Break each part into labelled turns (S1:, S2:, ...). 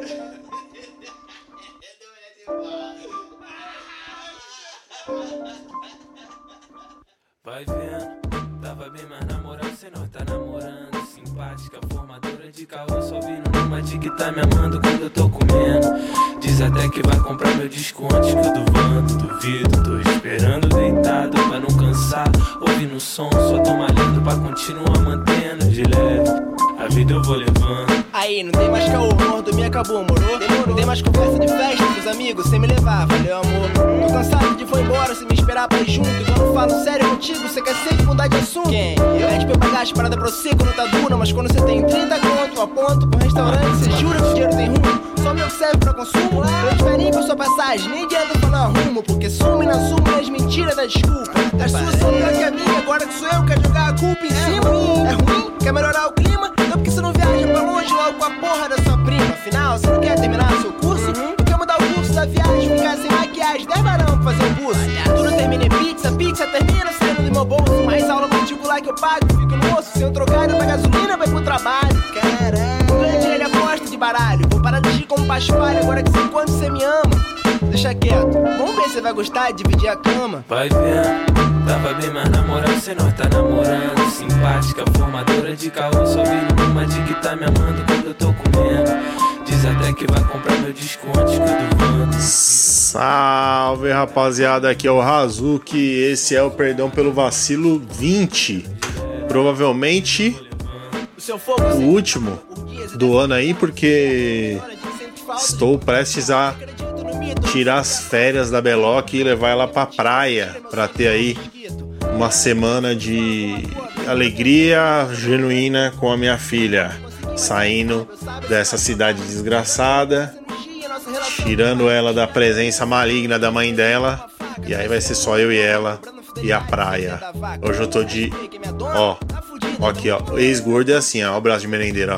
S1: Vai vendo, tava bem mais namorado, cê não tá namorando. Simpática, formadora de caô, só vindo numa de que tá me amando quando eu tô comendo. Diz até que vai comprar meu disco antes que eu duvando. Duvido, tô esperando deitado pra não cansar. Ouvindo o som, só tô malhando pra continuar mantendo de leve. A vida eu vou levando.
S2: Aí, não tem mais caô, amor, dormir acabou, morou? Não tem mais conversa de festa com os amigos sem me levar, valeu amor. Tô cansado de foi embora sem me esperar pra ir junto. E quando falo sério contigo, você quer sempre mudar de assunto. Quem? Pede pra eu pagar as paradas pra você quando tá dura. Mas quando você tem 30 conto, aponto pro restaurante, você jura que o dinheiro tem rumo? Só meu que serve pra consumo. Eu não espero nem pra sua passagem, nem adianta falar rumo. Porque sumo e não assumo as mentiras da desculpa. As suas são pior que a minha, agora que sou eu, quer jogar a culpa em cima. É ruim? Quer melhorar o clima? Então porque você não viaja pra longe logo com a porra da sua prima. Afinal, você não quer terminar seu curso? Tu quer mudar o curso da viagem, ficar sem maquiagem, 10 varão pra fazer um curso. Tudo termina em pizza, pizza termina saindo do meu bolso. Mais aula particular que eu pago, fico no osso. Sem um trocado pra gasolina, vai pro trabalho. Caramba, grande ele aposta de baralho. Vou parar de agir como paspalho, agora que sei quanto você me ama. Deixa quieto, vamos ver se você vai gostar de dividir a cama.
S1: Vai vendo, tava bem mais namorado, cê não tá namorando. Simpática, formadora de caô, só vindo numa de que tá me amando quando eu tô comendo. Diz até que vai comprar meu disco antes que eu duvando.
S3: Salve rapaziada, aqui é o Razuki. Esse é o Perdão pelo Vacilo 20. Provavelmente o último do ano aí, porque estou prestes a tirar as férias da Beloc e levar ela pra praia, pra ter aí uma semana de alegria genuína com a minha filha, saindo dessa cidade desgraçada, tirando ela da presença maligna da mãe dela, e aí vai ser só eu e ela e a praia. Hoje eu tô de... ó aqui, ó, ex-gordo é assim, ó, o braço de merendeiro, ó.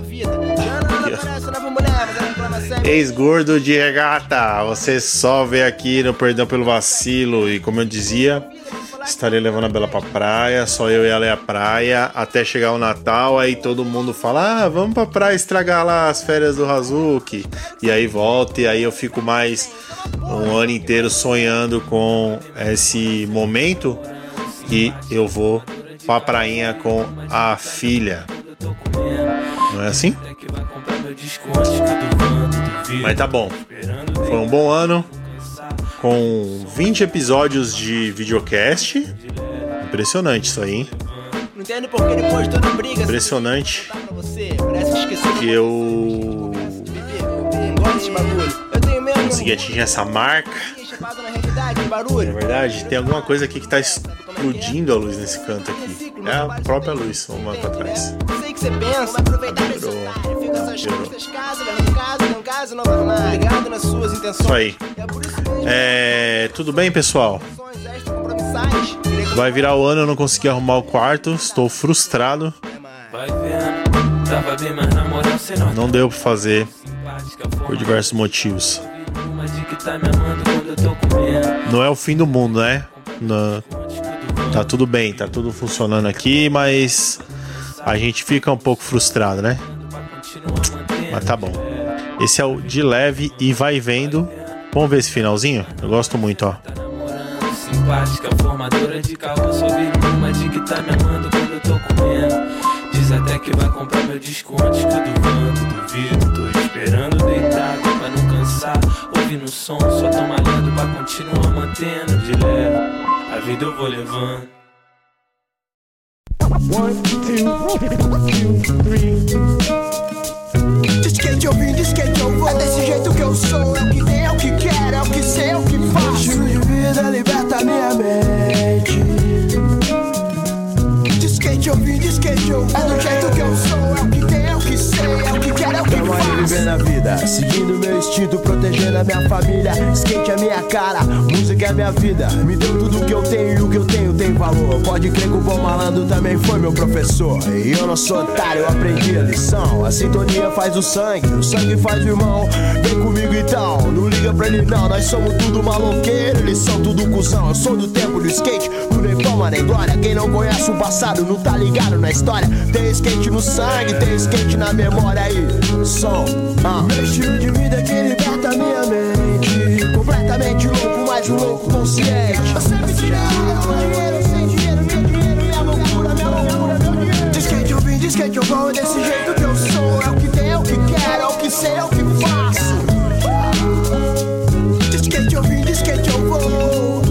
S3: Ex-gordo de regata, você só vê aqui no Perdão pelo Vacilo. E como eu dizia, estarei levando a Bela pra praia, só eu e ela é a praia, até chegar o Natal. Aí todo mundo fala, vamos pra praia estragar lá as férias do Razuki. E aí volta, e aí eu fico mais um ano inteiro sonhando com esse momento. E eu vou pra prainha com a filha. Não é assim? Mas tá bom. Foi um bom ano, com 20 episódios de videocast. Impressionante isso aí, hein? Impressionante que eu consegui atingir essa marca. É verdade, tem alguma coisa aqui que tá explodindo a luz nesse canto aqui. É a própria luz, vamos lá pra trás. Isso aí. Tudo bem, pessoal? Vai virar o ano, eu não consegui arrumar o quarto. Estou frustrado. Não deu pra fazer por diversos motivos. Não é o fim do mundo, né? Não. Tá tudo bem, tá tudo funcionando aqui, mas a gente fica um pouco frustrado, né? Mas tá bom. Esse é o De Leve e Vai Vendo. Vamos ver esse finalzinho? Eu gosto muito, ó.
S1: Simpática, formadora de caô, só vi uma de que tá me amando quando eu tô comendo. Diz até que vai comprar meu disco antes que eu duvando. Duvido, tô esperando deitado pra não cansar. Ouvindo o som, só tô malhando pra continuar mantendo de leve. A vida eu vou levando.
S4: 1, 2, 3. Diz que eu vim, diz que eu vou. É desse jeito que eu sou. É o que tem, é o que quero, é o que sei, é o que faço. Estilo de vida liberta minha mente. Diz que eu vim, diz que eu vou. É do jeito que eu sou. É o que tem, é o que sei, é o que quero, é o que faço. Tamo aí vivendo a vida, seguindo meu instinto, protegendo a minha família. Skate é minha cara, música é minha vida. Me deu tudo que eu tenho e o que eu tenho tem valor. Pode crer que o bom malandro também foi meu professor. E eu não sou otário, eu aprendi a lição. A sintonia faz o sangue faz o irmão. Vem comigo então, não liga pra ele não. Nós somos tudo maloqueiro, eles são tudo cuzão. Eu sou do tempo do skate, não nem fama nem glória. Quem não conhece o passado não tá ligado na história. Tem skate no sangue, tem skate na memória aí. som. Meu estilo de vida é que liberta minha mente. Completamente louco, mas um louco consciente. Eu sempre tive dinheiro, sem dinheiro, meu dinheiro, minha loucura, meu dinheiro. Diz que eu vim, diz que eu vou, desse jeito que eu sou. É o que tem, é o que quero, é o que sei, é o que faço. Diz que eu vim, diz que eu vou.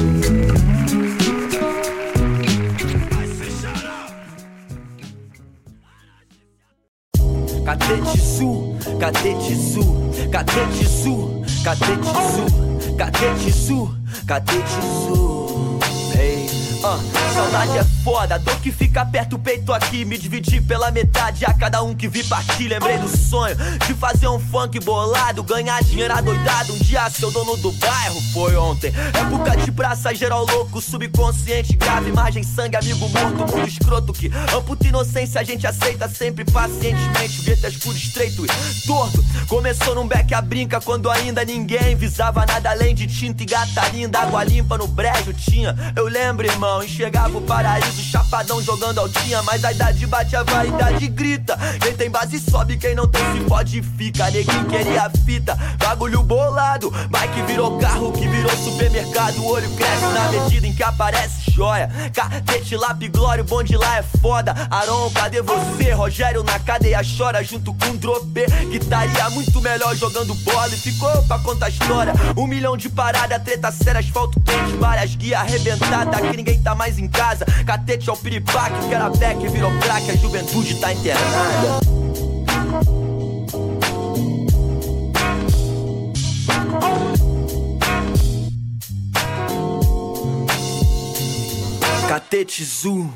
S5: Cadê Tizu? Cadê Tizu? Cadê Tizu? Cadê Tizu? Cadê Tizu? Cadê Tizu? Ei, saudade é foda, dor que fica perto, o peito aqui. Me dividi pela metade, a cada um que vi partir. Lembrei do sonho de fazer um funk bolado, ganhar dinheiro adoidado, um dia ser o dono do bairro. Foi ontem, época de praça, geral louco, subconsciente grave, imagem, sangue, amigo morto, mundo escroto que amputa inocência, a gente aceita sempre pacientemente. O gueto é escuro, estreito e torto, começou num beck a brinca, quando ainda ninguém visava nada além de tinta e gata linda. Água limpa no brejo tinha, eu lembro, irmão, enxergava o paraíso, chapadão jogando altinha. Mas a idade bate, a vaidade grita. Quem tem base sobe, quem não tem se fode e fica. Neguinho queria fita, bagulho bolado. Bike virou carro, que virou supermercado. O olho cresce na medida em que aparece joia. Catete, lápis, glória, o bonde lá é foda. Aron, cadê você? Rogério na cadeia chora junto com um dropê. Que estaria muito melhor jogando bola e ficou pra contar história. 1 milhão de parada, treta séria, asfalto quente, várias guias arrebentadas. Aqui ninguém tá mais em casa. Catete ao piripaque, que era back, virou craque, a juventude tá internada. Catete Zu.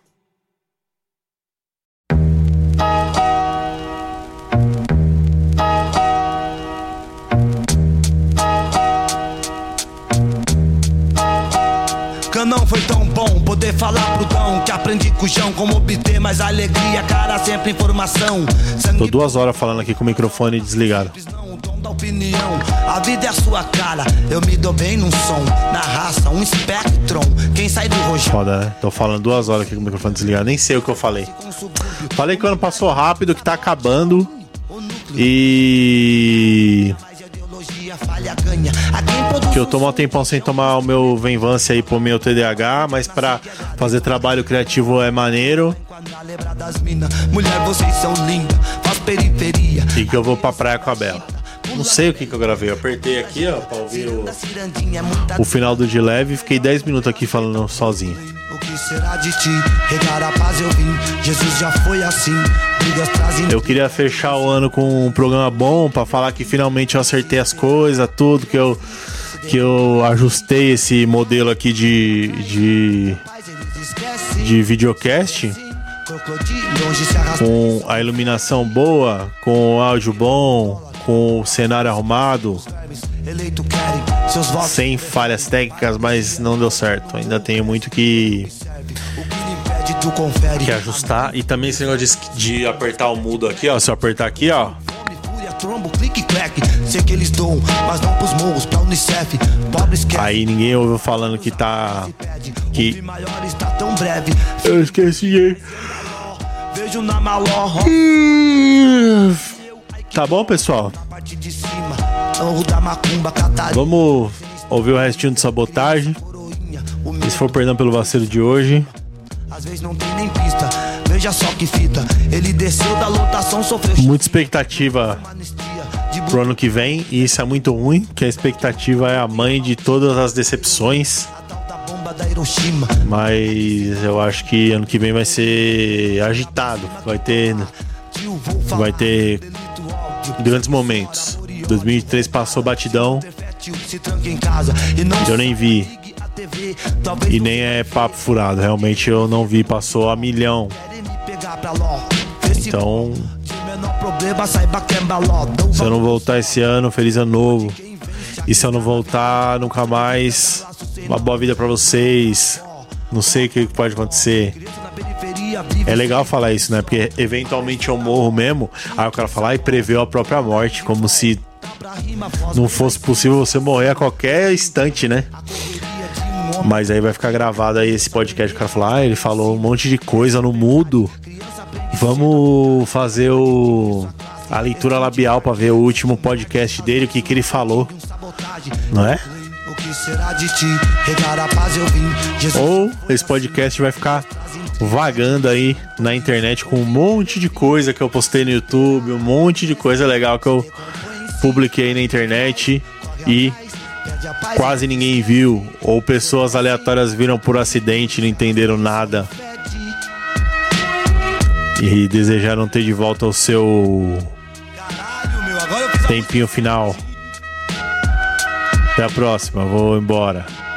S4: Não foi tão bom poder falar pro Dão que aprendi com o chão como obter mais alegria, cara, sempre informação.
S3: Tô 2 horas falando aqui com o microfone desligado.
S4: A vida é a sua cara, eu me dou bem num som, na raça, um Spectrum. Quem sai do rojão.
S3: Foda, né? Tô falando 2 horas aqui com o microfone desligado, nem sei o que eu falei. Falei que o ano passou rápido, que tá acabando. E que eu tomo um tempão sem tomar o meu Venvance aí pro meu TDAH, mas pra fazer trabalho criativo é maneiro.
S4: Mulher, vocês são lindas, faz periferia.
S3: E que eu vou pra praia com a Bela. Não sei o que eu gravei, eu apertei aqui, ó, pra ouvir o final do De Leve e fiquei 10 minutos aqui falando sozinho.
S4: O que será de ti? Regar a paz eu vim, Jesus já foi assim.
S3: Eu queria fechar o ano com um programa bom pra falar que finalmente eu acertei as coisas, tudo que eu ajustei esse modelo aqui de videocast, com a iluminação boa, com o áudio bom, com o cenário arrumado, sem falhas técnicas, mas não deu certo. Ainda tenho muito que ajustar. E também esse negócio de apertar o mudo aqui, ó. Se eu apertar aqui, ó, aí ninguém ouviu falando que tá. Que eu esqueci. Tá bom, pessoal? Vamos ouvir o restinho de Sabotagem. Esse foi o Perdão pelo Vacilo de hoje.
S4: Às vezes não tem nem pista, veja só que fita. Ele desceu da lotação, sofreu.
S3: Muita expectativa pro ano que vem, e isso é muito ruim, que a expectativa é a mãe de todas as decepções. Mas eu acho que ano que vem vai ser agitado, vai ter grandes momentos. 2023 passou batidão, eu nem vi. E nem é papo furado, realmente eu não vi, passou a milhão. Então, se eu não voltar esse ano, feliz ano novo. E se eu não voltar nunca mais, uma boa vida pra vocês. Não sei o que pode acontecer. É legal falar isso, né? Porque eventualmente eu morro mesmo. Aí o cara fala e preveu a própria morte, como se não fosse possível você morrer a qualquer instante, né? Mas aí vai ficar gravado aí esse podcast. O cara fala, ele falou um monte de coisa no mudo. Vamos fazer a leitura labial pra ver o último podcast dele, o que ele falou, não é? Ou esse podcast vai ficar vagando aí na internet com um monte de coisa que eu postei no YouTube, um monte de coisa legal que eu publiquei na internet e quase ninguém viu, ou pessoas aleatórias viram por acidente e não entenderam nada e desejaram ter de volta o seu tempinho final. Até a próxima, vou embora.